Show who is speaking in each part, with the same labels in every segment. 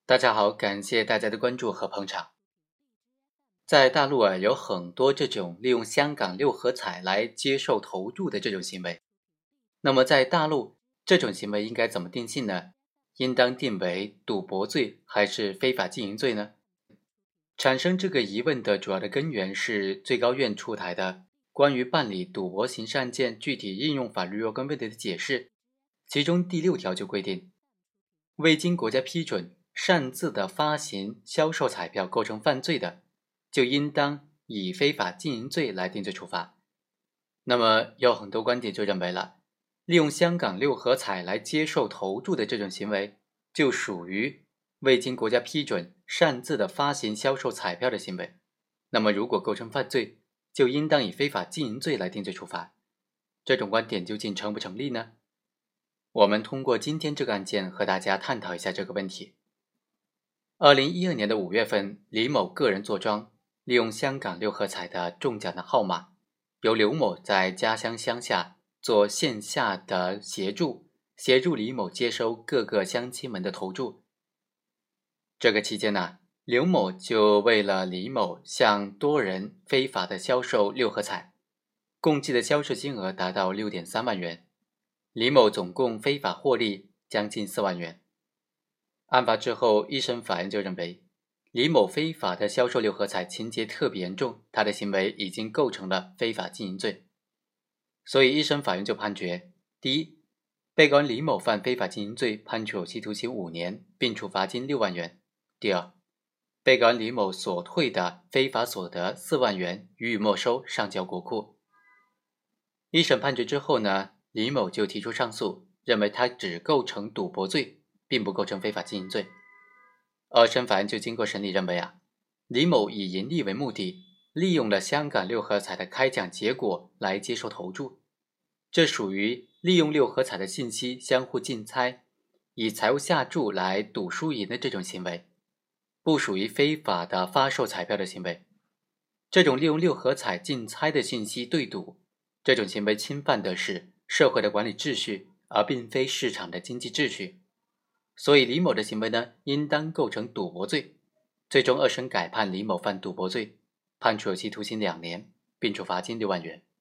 Speaker 1: 大家好，感谢大家的关注和捧场。在大陆有很多这种利用香港六合彩来接受投注的这种行为。那么在大陆，这种行为应该怎么定性呢？应当定为赌博罪还是非法经营罪呢？产生这个疑问的主要的根源是最高院出台的关于办理赌博刑事案件具体应用法律若干问题的解释，其中第6条就规定，未经国家批准擅自的发行销售彩票构成犯罪的，就应当以非法经营罪来定罪处罚。那么有很多观点就认为了，利用香港六合彩来接受投注的这种行为就属于未经国家批准擅自的发行销售彩票的行为，那么如果构成犯罪，就应当以非法经营罪来定罪处罚。这种观点究竟成不成立呢？我们通过今天这个案件和大家探讨一下这个问题。2012年的5月份，李某个人坐庄，利用香港六合彩的中奖的号码，由刘某在家乡乡下做线下的协助李某接收各个乡亲们的投注。这个期间呢，刘某就为了李某向多人非法的销售六合彩，共计的销售金额达到6.3万元。李某总共非法获利将近4万元。案发之后，一审法院就认为，李某非法的销售六合彩情节特别严重，他的行为已经构成了非法经营罪。所以一审法院就判决：第一，被告人李某犯非法经营罪，判处有期徒刑5年，并处罚金6万元。第二，被告人李某所退的非法所得4万元予以没收，上交国库。一审判决之后呢，李某就提出上诉，认为他只构成赌博罪，并不构成非法经营罪。二审法院就经过审理认为李某以盈利为目的，利用了香港六合彩的开奖结果来接受投注，这属于利用六合彩的信息相互竞猜，以财务下注来赌输赢的这种行为，不属于非法的发售彩票的行为。这种利用六合彩竞猜的信息对赌，这种行为侵犯的是社会的管理秩序，而并非市场的经济秩序。所以李某的行为呢，应当构成赌博罪。最终二审改判李某犯赌博罪，判处有期徒刑2年，并处罚金6万元。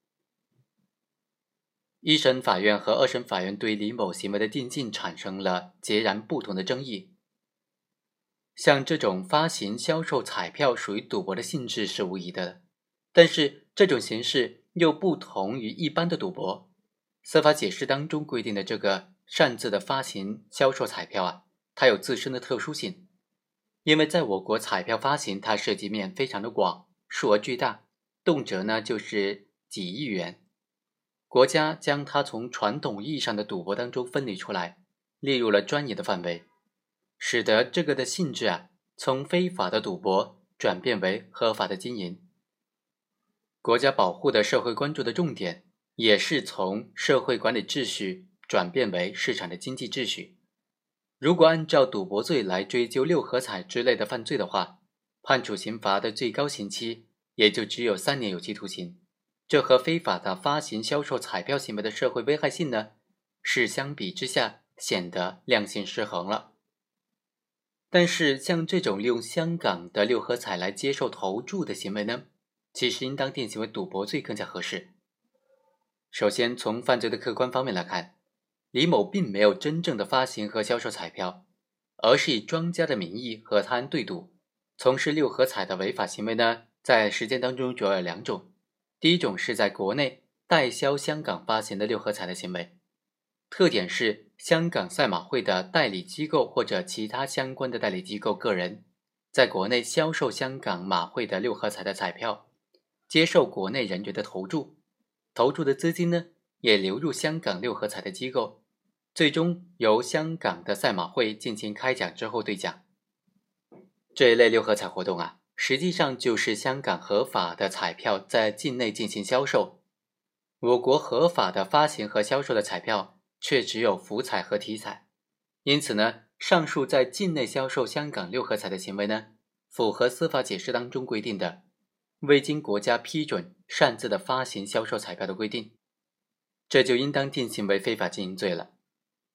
Speaker 1: 一审法院和二审法院对李某行为的定性产生了截然不同的争议。像这种发行销售彩票属于赌博的性质是无疑的，但是这种形式又不同于一般的赌博。司法解释当中规定的这个擅自的发行销售彩票它有自身的特殊性，因为在我国彩票发行它涉及面非常的广，数额巨大，动辄呢就是几亿元。国家将它从传统意义上的赌博当中分离出来，列入了专业的范围，使得这个的性质从非法的赌博转变为合法的经营。国家保护的社会关注的重点也是从社会管理秩序转变为市场的经济秩序。如果按照赌博罪来追究六合彩之类的犯罪的话，判处刑罚的最高刑期也就只有3年有期徒刑，这和非法的发行销售彩票行为的社会危害性呢，是相比之下显得量刑失衡了。但是像这种利用香港的六合彩来接受投注的行为呢，其实应当定性为赌博罪更加合适。首先从犯罪的客观方面来看，李某并没有真正的发行和销售彩票，而是以庄家的名义和他人对赌。从事六合彩的违法行为呢，在实践当中主要有2种。第一种是在国内代销香港发行的六合彩的行为，特点是香港赛马会的代理机构或者其他相关的代理机构个人，在国内销售香港马会的六合彩的彩票，接受国内人员的投注，投注的资金呢，也流入香港六合彩的机构，最终由香港的赛马会进行开奖之后兑奖。这一类六合彩活动实际上就是香港合法的彩票在境内进行销售。我国合法的发行和销售的彩票却只有福彩和体彩，因此呢，上述在境内销售香港六合彩的行为呢，符合司法解释当中规定的未经国家批准擅自的发行销售彩票的规定，这就应当定性为非法经营罪了。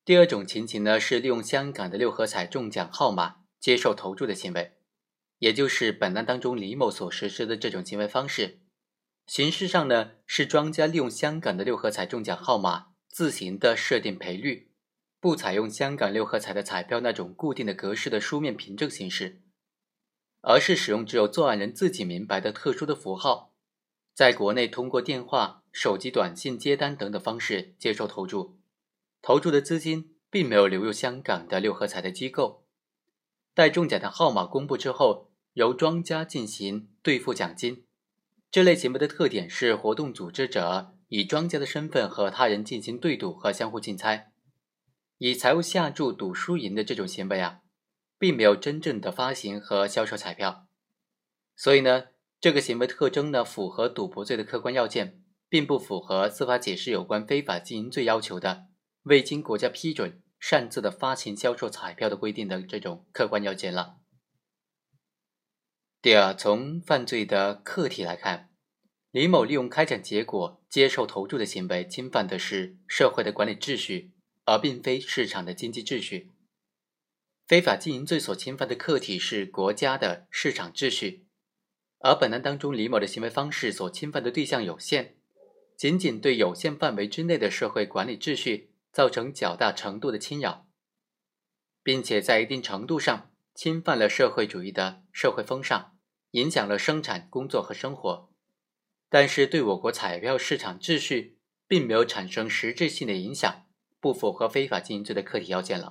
Speaker 1: 第二种情形呢，是利用香港的六合彩中奖号码接受投注的行为，也就是本案当中李某所实施的这种行为方式。形式上呢，是庄家利用香港的六合彩中奖号码自行的设定赔率，不采用香港六合彩的彩票那种固定的格式的书面凭证形式，而是使用只有作案人自己明白的特殊的符号，在国内通过电话、手机短信接单等等方式接受投注，投注的资金并没有流入香港的六合彩的机构。待中奖的号码公布之后，由庄家进行兑付奖金。这类行为的特点是活动组织者以庄家的身份和他人进行对赌和相互竞猜，以财物下注赌输赢的这种行为并没有真正的发行和销售彩票。所以呢，这个行为特征呢符合赌博罪的客观要件，并不符合司法解释有关非法经营罪要求的未经国家批准擅自的发行销售彩票的规定的这种客观要件了。第二，从犯罪的客体来看，李某利用开展结果接受投注的行为侵犯的是社会的管理秩序，而并非市场的经济秩序。非法经营罪所侵犯的客体是国家的市场秩序，而本案当中李某的行为方式所侵犯的对象有限，仅仅对有限范围之内的社会管理秩序造成较大程度的侵扰，并且在一定程度上侵犯了社会主义的社会风尚，影响了生产、工作和生活，但是对我国彩票市场秩序并没有产生实质性的影响，不符合非法经营罪的客体要件了。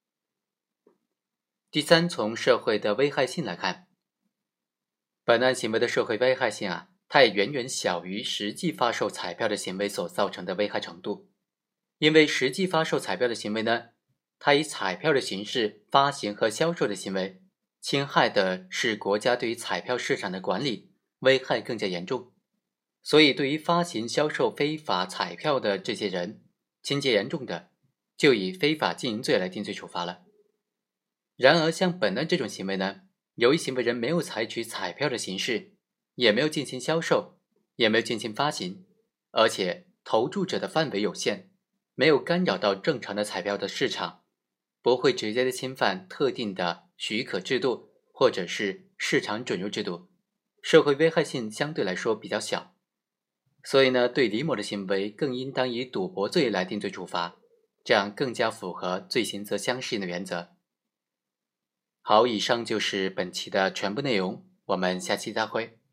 Speaker 1: 第三，从社会的危害性来看，本案行为的社会危害性它也远远小于实际发售彩票的行为所造成的危害程度。因为实际发售彩票的行为呢，它以彩票的形式发行和销售的行为，侵害的是国家对于彩票市场的管理，危害更加严重。所以对于发行销售非法彩票的这些人，情节严重的，就以非法经营罪来定罪处罚了。然而像本案这种行为呢，由于行为人没有采取彩票的形式，也没有进行销售，也没有进行发行，而且投注者的范围有限，没有干扰到正常的彩票的市场，不会直接的侵犯特定的许可制度或者是市场准入制度，社会危害性相对来说比较小。所以呢，对李某的行为更应当以赌博罪来定罪处罚，这样更加符合罪行责相适应的原则。好，以上就是本期的全部内容，我们下期再会。